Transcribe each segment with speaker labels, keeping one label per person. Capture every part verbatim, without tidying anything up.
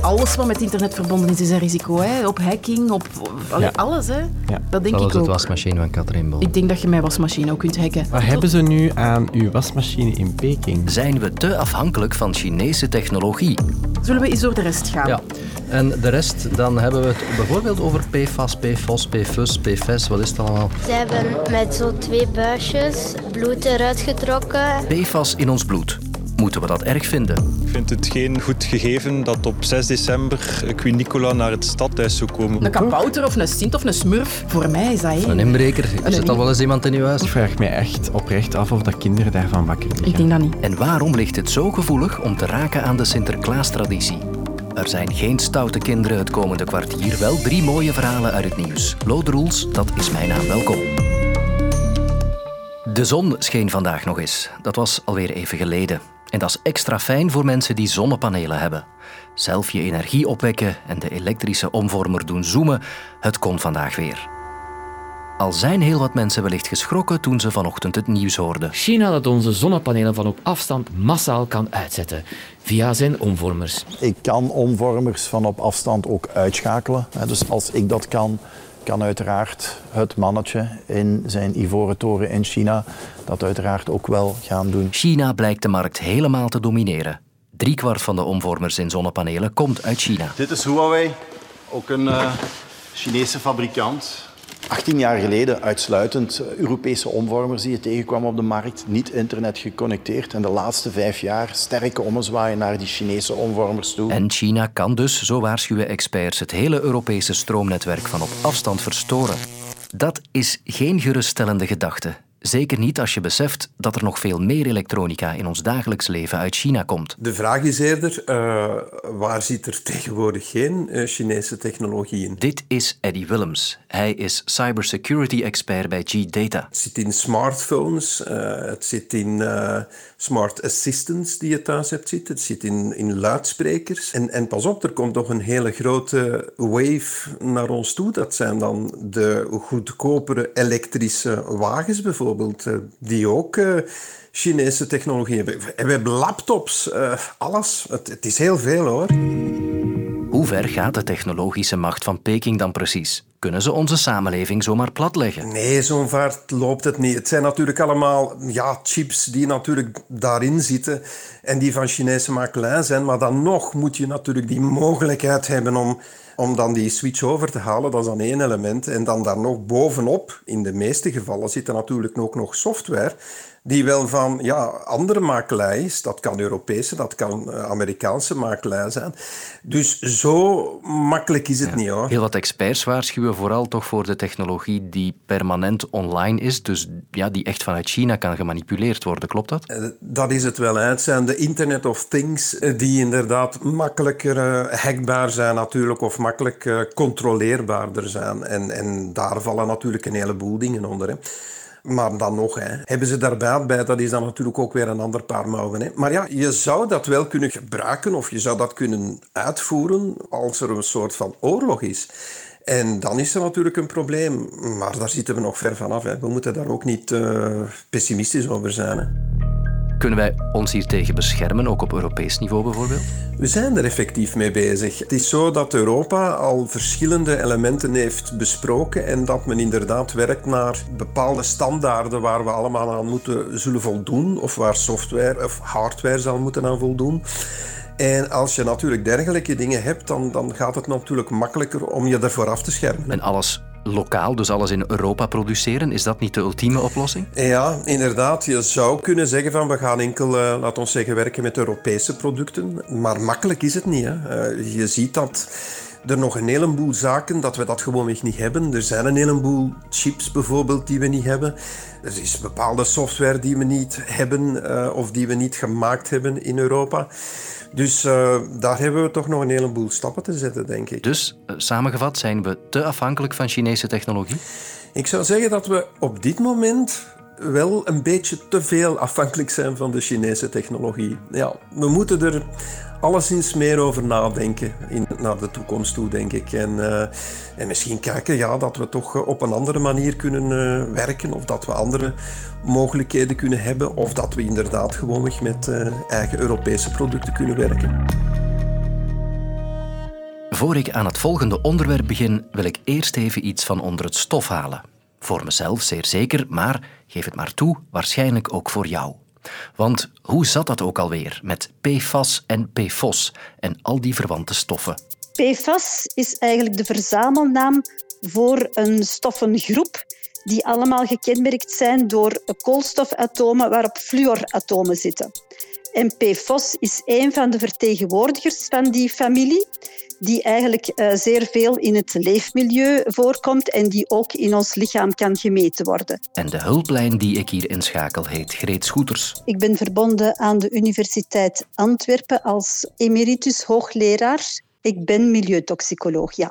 Speaker 1: alles wat met internet verbonden is, is een risico. Hè? Op hacking, op allee,
Speaker 2: Ja.
Speaker 1: alles. Hè?
Speaker 2: Ja.
Speaker 1: Dat denk
Speaker 3: Zoals
Speaker 1: ik ook.
Speaker 3: het wasmachine van Katrien Bol.
Speaker 1: Ik denk dat je mijn wasmachine ook kunt hacken.
Speaker 2: Wat hebben ze nu aan uw wasmachine in Peking?
Speaker 4: Zijn we te afhankelijk van Chinese technologie?
Speaker 1: Zullen we eens door de rest gaan?
Speaker 3: Ja. En de rest, dan hebben we het bijvoorbeeld over P F A S, P F O S, P F U S, P F S, wat is het allemaal?
Speaker 5: Ze hebben met zo twee buisjes bloed eruit getrokken.
Speaker 4: P F A S in ons bloed. Moeten we dat erg vinden?
Speaker 6: Ik vind het geen goed gegeven dat op zes december Queen Nicola naar het stadhuis zou komen.
Speaker 1: Een kabouter of een sint of een smurf, voor mij is dat één.
Speaker 3: Een inbreker. Is het al wel eens iemand in uw huis?
Speaker 2: Ik vraag me echt oprecht af of dat kinderen daarvan wakker liggen.
Speaker 1: Ik denk dat niet.
Speaker 4: En waarom ligt het zo gevoelig om te raken aan de Sinterklaas-traditie? Er zijn geen stoute kinderen het komende kwartier, wel drie mooie verhalen uit het nieuws. Lode Roels, dat is mijn naam. Welkom. De zon scheen vandaag nog eens. Dat was alweer even geleden. En dat is extra fijn voor mensen die zonnepanelen hebben. Zelf je energie opwekken en de elektrische omvormer doen zoomen, het kon vandaag weer. Al zijn heel wat mensen wellicht geschrokken toen ze vanochtend het nieuws hoorden.
Speaker 7: China dat onze zonnepanelen van op afstand massaal kan uitzetten via zijn omvormers.
Speaker 8: Ik kan omvormers van op afstand ook uitschakelen. Dus als ik dat kan, kan uiteraard het mannetje in zijn ivoren toren in China dat uiteraard ook wel gaan doen.
Speaker 4: China blijkt de markt helemaal te domineren. Driekwart van de omvormers in zonnepanelen komt uit China.
Speaker 9: Dit is Huawei, ook een uh, Chinese fabrikant.
Speaker 8: achttien jaar geleden uitsluitend Europese omvormers die je tegenkwam op de markt, niet internet geconnecteerd. En de laatste vijf jaar sterke ommezwaaien naar die Chinese omvormers toe.
Speaker 4: En China kan dus, zo waarschuwen experts, het hele Europese stroomnetwerk van op afstand verstoren. Dat is geen geruststellende gedachte. Zeker niet als je beseft dat er nog veel meer elektronica in ons dagelijks leven uit China komt.
Speaker 10: De vraag is eerder, uh, waar zit er tegenwoordig geen uh, Chinese technologie in?
Speaker 4: Dit is Eddie Willems. Hij is cybersecurity-expert bij G-Data.
Speaker 10: Het zit in smartphones, uh, het zit in uh, smart assistants die je thuis hebt zitten, het zit in, in luidsprekers. En, en pas op, er komt nog een hele grote wave naar ons toe. Dat zijn dan de goedkopere elektrische wagens bijvoorbeeld. Die ook uh, Chinese technologie hebben. En we hebben laptops, uh, alles. Het, het is heel veel, hoor.
Speaker 4: Hoe ver gaat de technologische macht van Peking dan precies? Kunnen ze onze samenleving zomaar platleggen?
Speaker 10: Nee, zo'n vaart loopt het niet. Het zijn natuurlijk allemaal ja, chips die natuurlijk daarin zitten en die van Chinese makelij zijn. Maar dan nog moet je natuurlijk die mogelijkheid hebben om, om dan die switch over te halen. Dat is dan één element. En dan daar nog bovenop, in de meeste gevallen, zit er natuurlijk ook nog software die wel van ja, andere makelij is. Dat kan Europese, dat kan Amerikaanse makelij zijn. Dus zo makkelijk is het
Speaker 4: ja.
Speaker 10: niet, hoor.
Speaker 4: Heel wat experts waarschuwen vooral toch voor de technologie die permanent online is, dus ja, die echt vanuit China kan gemanipuleerd worden. Klopt dat?
Speaker 10: Dat is het wel. Hè. Het zijn de Internet of Things die inderdaad makkelijker uh, hackbaar zijn natuurlijk, of makkelijk uh, controleerbaarder zijn. En, en daar vallen natuurlijk een heleboel dingen onder, hè. Maar dan nog, hè. Hebben ze daar baat bij, dat is dan natuurlijk ook weer een ander paar mouwen. Hè. Maar ja, je zou dat wel kunnen gebruiken of je zou dat kunnen uitvoeren als er een soort van oorlog is. En dan is er natuurlijk een probleem. Maar daar zitten we nog ver vanaf. Hè. We moeten daar ook niet uh, pessimistisch over zijn. Hè.
Speaker 4: Kunnen wij ons hier tegen beschermen, ook op Europees niveau bijvoorbeeld?
Speaker 10: We zijn er effectief mee bezig. Het is zo dat Europa al verschillende elementen heeft besproken en dat men inderdaad werkt naar bepaalde standaarden waar we allemaal aan moeten zullen voldoen of waar software of hardware zal moeten aan voldoen. En als je natuurlijk dergelijke dingen hebt, dan, dan gaat het natuurlijk makkelijker om je ervoor af te schermen.
Speaker 4: En alles lokaal, dus alles in Europa produceren, is dat niet de ultieme oplossing?
Speaker 10: Ja, inderdaad. Je zou kunnen zeggen van we gaan enkel, uh, laat ons zeggen, werken met Europese producten. Maar makkelijk is het niet. Hè. Uh, je ziet dat er nog een heleboel zaken dat we dat gewoonweg niet hebben. Er zijn een heleboel chips bijvoorbeeld die we niet hebben. Er is bepaalde software die we niet hebben uh, of die we niet gemaakt hebben in Europa. Dus uh, daar hebben we toch nog een heleboel stappen te zetten, denk ik.
Speaker 4: Dus, uh, samengevat, zijn we te afhankelijk van Chinese technologie?
Speaker 10: Ik zou zeggen dat we op dit moment wel een beetje te veel afhankelijk zijn van de Chinese technologie. Ja, we moeten er alleszins meer over nadenken in, naar de toekomst toe, denk ik. En, uh, en misschien kijken ja, dat we toch op een andere manier kunnen uh, werken of dat we andere mogelijkheden kunnen hebben of dat we inderdaad gewoonweg met uh, eigen Europese producten kunnen werken.
Speaker 4: Voor ik aan het volgende onderwerp begin, wil ik eerst even iets van onder het stof halen. Voor mezelf zeer zeker, maar, geef het maar toe, waarschijnlijk ook voor jou. Want hoe zat dat ook alweer met P F A S en P F O S en al die verwante stoffen?
Speaker 11: P F A S is eigenlijk de verzamelnaam voor een stoffengroep die allemaal gekenmerkt zijn door koolstofatomen waarop fluoratomen zitten. En P F O S is een van de vertegenwoordigers van die familie, die eigenlijk uh, zeer veel in het leefmilieu voorkomt en die ook in ons lichaam kan gemeten worden.
Speaker 4: En de hulplijn die ik hier inschakel heet Greet Schoeters.
Speaker 11: Ik ben verbonden aan de Universiteit Antwerpen als emeritus hoogleraar. Ik ben milieutoxicoloog, ja.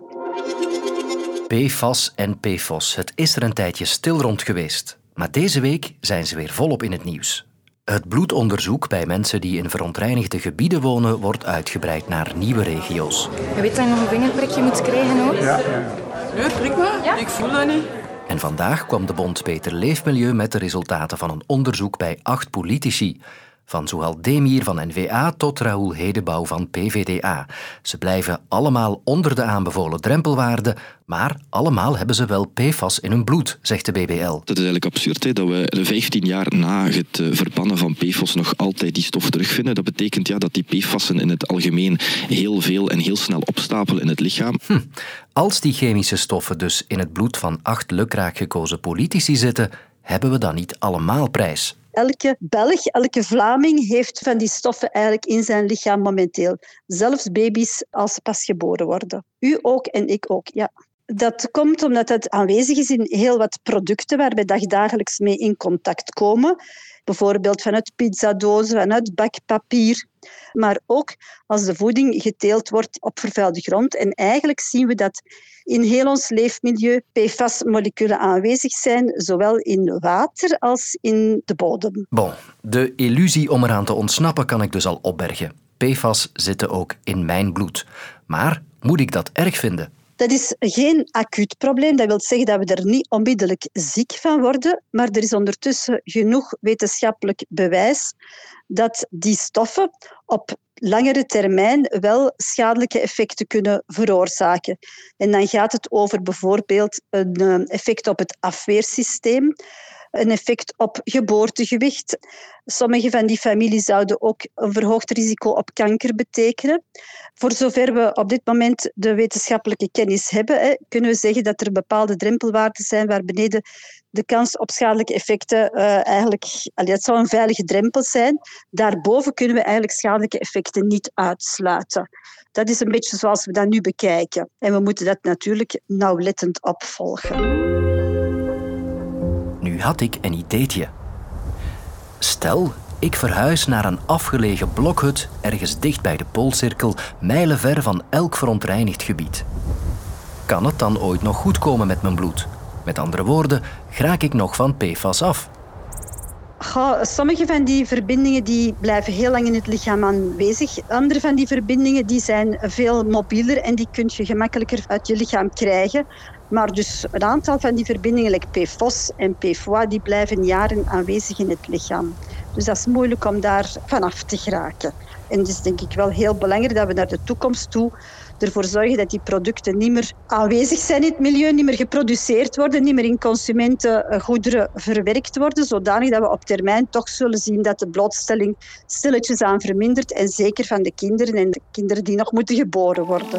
Speaker 4: P F A S en P F O S, het is er een tijdje stil rond geweest. Maar deze week zijn ze weer volop in het nieuws. Het bloedonderzoek bij mensen die in verontreinigde gebieden wonen wordt uitgebreid naar nieuwe regio's.
Speaker 12: Je weet dat je nog een vingerprikje moet krijgen ook?
Speaker 13: Ja. Ja, prik maar. Ja. Ik voel dat niet.
Speaker 4: En vandaag kwam de bond Beter Leefmilieu met de resultaten van een onderzoek bij acht politici. Van Zuhal Demir van N V A tot Raoul Hedebouw van P V D A. Ze blijven allemaal onder de aanbevolen drempelwaarde, maar allemaal hebben ze wel P F A S in hun bloed, zegt de B B L.
Speaker 14: Dat is eigenlijk absurd, hè, dat we vijftien jaar na het verbannen van P F O S nog altijd die stof terugvinden. Dat betekent ja, dat die P F A S'en in het algemeen heel veel en heel snel opstapelen in het lichaam.
Speaker 4: Hm. Als die chemische stoffen dus in het bloed van acht lukraak gekozen politici zitten, hebben we dan niet allemaal prijs?
Speaker 11: Elke Belg, elke Vlaming heeft van die stoffen eigenlijk in zijn lichaam momenteel. Zelfs baby's als ze pas geboren worden. U ook en ik ook, ja. Dat komt omdat het aanwezig is in heel wat producten waar wij dagdagelijks mee in contact komen. Bijvoorbeeld vanuit pizzadozen, vanuit bakpapier. Maar ook als de voeding geteeld wordt op vervuilde grond. En eigenlijk zien we dat in heel ons leefmilieu P F A S-moleculen aanwezig zijn, zowel in water als in de bodem.
Speaker 4: Bon, de illusie om eraan te ontsnappen kan ik dus al opbergen. P F A S zitten ook in mijn bloed. Maar moet ik dat erg vinden?
Speaker 11: Dat is geen acuut probleem. Dat wil zeggen dat we er niet onmiddellijk ziek van worden. Maar er is ondertussen genoeg wetenschappelijk bewijs dat die stoffen op langere termijn wel schadelijke effecten kunnen veroorzaken. En dan gaat het over bijvoorbeeld een effect op het afweersysteem, een effect op geboortegewicht. Sommige van die families zouden ook een verhoogd risico op kanker betekenen. Voor zover we op dit moment de wetenschappelijke kennis hebben, hè, kunnen we zeggen dat er bepaalde drempelwaarden zijn waar beneden de kans op schadelijke effecten uh, eigenlijk... Allee, dat zou een veilige drempel zijn. Daarboven kunnen we eigenlijk schadelijke effecten niet uitsluiten. Dat is een beetje zoals we dat nu bekijken. En we moeten dat natuurlijk nauwlettend opvolgen.
Speaker 4: Nu had ik een ideetje. Stel, ik verhuis naar een afgelegen blokhut ergens dicht bij de Poolcirkel, mijlenver van elk verontreinigd gebied. Kan het dan ooit nog goed komen met mijn bloed? Met andere woorden, raak ik nog van P F A S af?
Speaker 11: Goh, sommige van die verbindingen die blijven heel lang in het lichaam aanwezig. Andere van die verbindingen die zijn veel mobieler en die kun je gemakkelijker uit je lichaam krijgen. Maar dus een aantal van die verbindingen, like P F O S en P F O A, die blijven jaren aanwezig in het lichaam. Dus dat is moeilijk om daar vanaf te geraken. En het is denk ik wel heel belangrijk dat we naar de toekomst toe ervoor zorgen dat die producten niet meer aanwezig zijn in het milieu, niet meer geproduceerd worden, niet meer in consumentengoederen verwerkt worden, zodanig dat we op termijn toch zullen zien dat de blootstelling stilletjes aan vermindert en zeker van de kinderen en de kinderen die nog moeten geboren worden.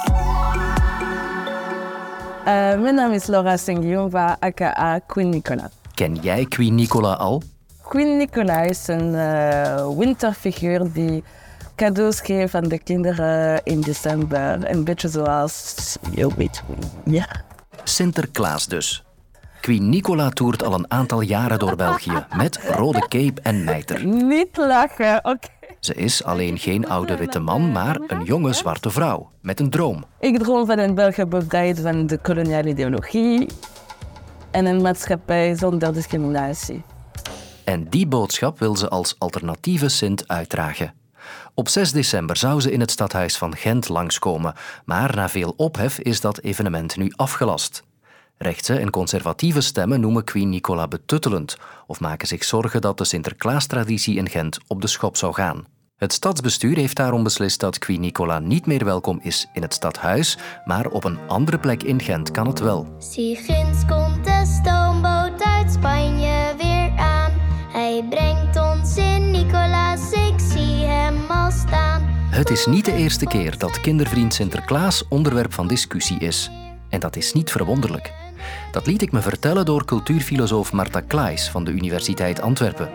Speaker 15: Uh, mijn naam is Laura Sengiova, aka Queen Nicola.
Speaker 4: Ken jij Queen Nicola al?
Speaker 15: Queen Nicola is een uh, winterfiguur die cadeaus geeft aan de kinderen in december. Een beetje zoals... Je weet hoe. Ja.
Speaker 4: Sinterklaas dus. Queen Nicola toert al een aantal jaren door België met rode cape en mijter.
Speaker 15: Niet lachen, oké. Okay.
Speaker 4: Ze is alleen geen oude witte man, maar een jonge zwarte vrouw met een droom.
Speaker 15: Ik droom van een België bevrijd van de koloniale ideologie en een maatschappij zonder discriminatie.
Speaker 4: En die boodschap wil ze als alternatieve Sint uitdragen. Op zes december zou ze in het stadhuis van Gent langskomen, maar na veel ophef is dat evenement nu afgelast. Rechtse en conservatieve stemmen noemen Queen Nicola betuttelend of maken zich zorgen dat de Sinterklaastraditie in Gent op de schop zou gaan. Het stadsbestuur heeft daarom beslist dat Queen Nicola niet meer welkom is in het stadhuis, maar op een andere plek in Gent kan het wel.
Speaker 5: Zie, ginds komt de stoomboot uit Spanje weer aan. Hij brengt ons in Nicolaas, ik zie hem al staan.
Speaker 4: Het is niet de eerste keer dat kindervriend Sinterklaas onderwerp van discussie is. En dat is niet verwonderlijk. Dat liet ik me vertellen door cultuurfilosoof Marta Klaes van de Universiteit Antwerpen.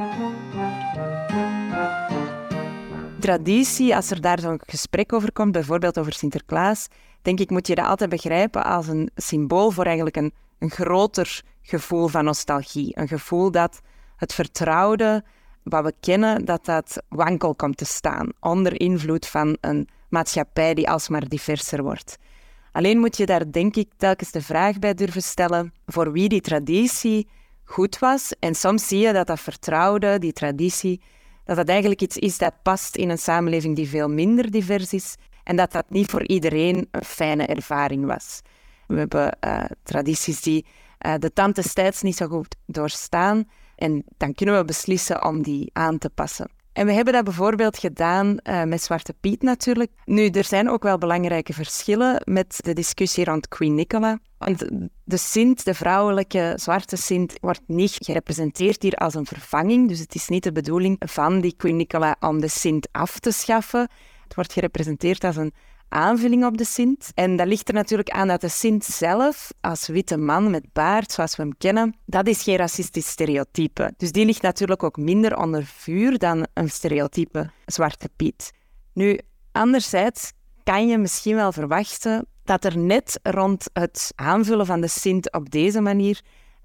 Speaker 16: Traditie, als er daar zo'n gesprek over komt, bijvoorbeeld over Sinterklaas, denk ik moet je dat altijd begrijpen als een symbool voor eigenlijk een, een groter gevoel van nostalgie. Een gevoel dat het vertrouwde, wat we kennen, dat dat wankel komt te staan. Onder invloed van een maatschappij die alsmaar diverser wordt. Alleen moet je daar denk ik telkens de vraag bij durven stellen voor wie die traditie goed was. En soms zie je dat dat vertrouwde, die traditie, dat dat eigenlijk iets is dat past in een samenleving die veel minder divers is en dat dat niet voor iedereen een fijne ervaring was. We hebben uh, tradities die uh, de tand des tijds niet zo goed doorstaan en dan kunnen we beslissen om die aan te passen. En we hebben dat bijvoorbeeld gedaan uh, met Zwarte Piet natuurlijk. Nu, er zijn ook wel belangrijke verschillen met de discussie rond Queen Nicola. Want de Sint, de vrouwelijke zwarte Sint, wordt niet gerepresenteerd hier als een vervanging. Dus het is niet de bedoeling van die Queen Nicola om de Sint af te schaffen. Het wordt gerepresenteerd als een aanvulling op de Sint. En dat ligt er natuurlijk aan dat de Sint zelf, als witte man met baard, zoals we hem kennen, dat is geen racistisch stereotype. Dus die ligt natuurlijk ook minder onder vuur dan een stereotype Zwarte Piet. Nu, anderzijds kan je misschien wel verwachten dat er net rond het aanvullen van de Sint op deze manier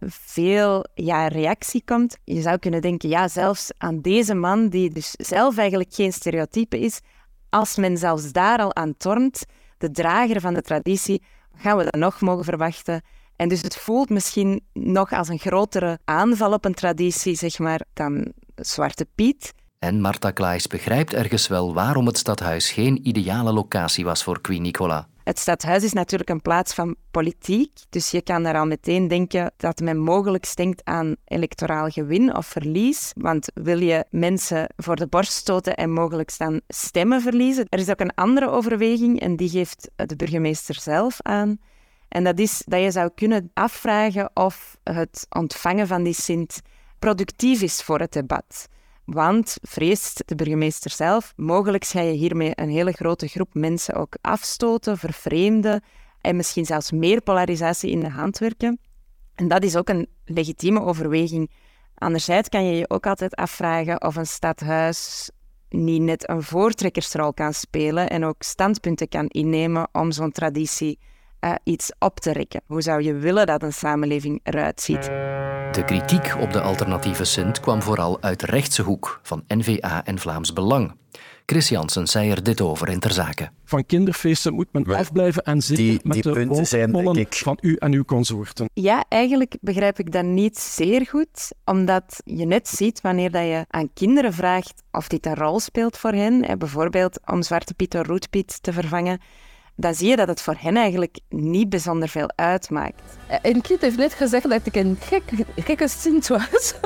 Speaker 16: veel ja, reactie komt. Je zou kunnen denken, ja, zelfs aan deze man, die dus zelf eigenlijk geen stereotype is, als men zelfs daar al aan tornt, de drager van de traditie, gaan we dat nog mogen verwachten. En dus het voelt misschien nog als een grotere aanval op een traditie, zeg maar, dan Zwarte Piet.
Speaker 4: En Marta Klaes begrijpt ergens wel waarom het stadhuis geen ideale locatie was voor Queen Nicola.
Speaker 16: Het stadhuis is natuurlijk een plaats van politiek, dus je kan daar al meteen denken dat men mogelijk denkt aan electoraal gewin of verlies. Want wil je mensen voor de borst stoten en mogelijk dan stemmen verliezen? Er is ook een andere overweging en die geeft de burgemeester zelf aan. En dat is dat je zou kunnen afvragen of het ontvangen van die Sint productief is voor het debat. Want, vreest de burgemeester zelf, mogelijk ga je hiermee een hele grote groep mensen ook afstoten, vervreemden en misschien zelfs meer polarisatie in de hand werken. En dat is ook een legitieme overweging. Anderzijds kan je je ook altijd afvragen of een stadhuis niet net een voortrekkersrol kan spelen en ook standpunten kan innemen om zo'n traditie uh, iets op te rekken. Hoe zou je willen dat een samenleving eruit ziet?
Speaker 4: De kritiek op de alternatieve Sint kwam vooral uit rechtse hoek van N V A en Vlaams Belang. Chris Janssen zei er dit over in Ter Zake.
Speaker 17: Van kinderfeesten moet men afblijven en zitten die, met die de zijn, van u en uw consorten.
Speaker 16: Ja, eigenlijk begrijp ik dat niet zeer goed, omdat je net ziet wanneer dat je aan kinderen vraagt of dit een rol speelt voor hen, bijvoorbeeld om Zwarte Piet door Roet Piet te vervangen, dan zie je dat het voor hen eigenlijk niet bijzonder veel uitmaakt.
Speaker 15: Een kind heeft net gezegd dat ik een gek, gekke Sint was.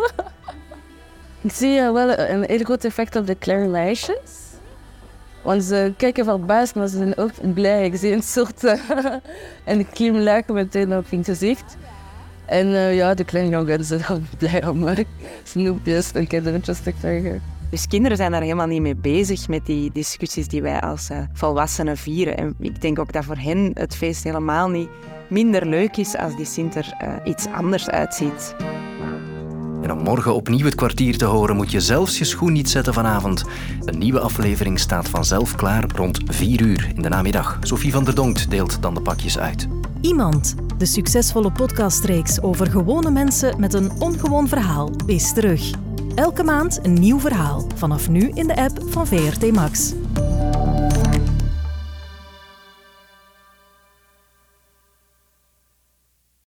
Speaker 15: Ik zie wel een heel groot effect op de kleine meisjes. Want ze kijken verbaasd, maar ze zijn ook blij. Ik zie een soort uh, een glimlach meteen op hun gezicht. En uh, ja, de kleine jongens zijn ook blij om uh, snoepjes en kindertjes te krijgen.
Speaker 16: Dus kinderen zijn daar helemaal niet mee bezig met die discussies die wij als uh, volwassenen vieren. En ik denk ook dat voor hen het feest helemaal niet minder leuk is als die Sint er uh, iets anders uitziet.
Speaker 4: En om morgen opnieuw het kwartier te horen moet je zelfs je schoen niet zetten vanavond. Een nieuwe aflevering staat vanzelf klaar rond vier uur in de namiddag. Sophie van der Donkt deelt dan de pakjes uit.
Speaker 18: Iemand, de succesvolle podcastreeks over gewone mensen met een ongewoon verhaal, is terug. Elke maand een nieuw verhaal, vanaf nu in de app van V R T Max.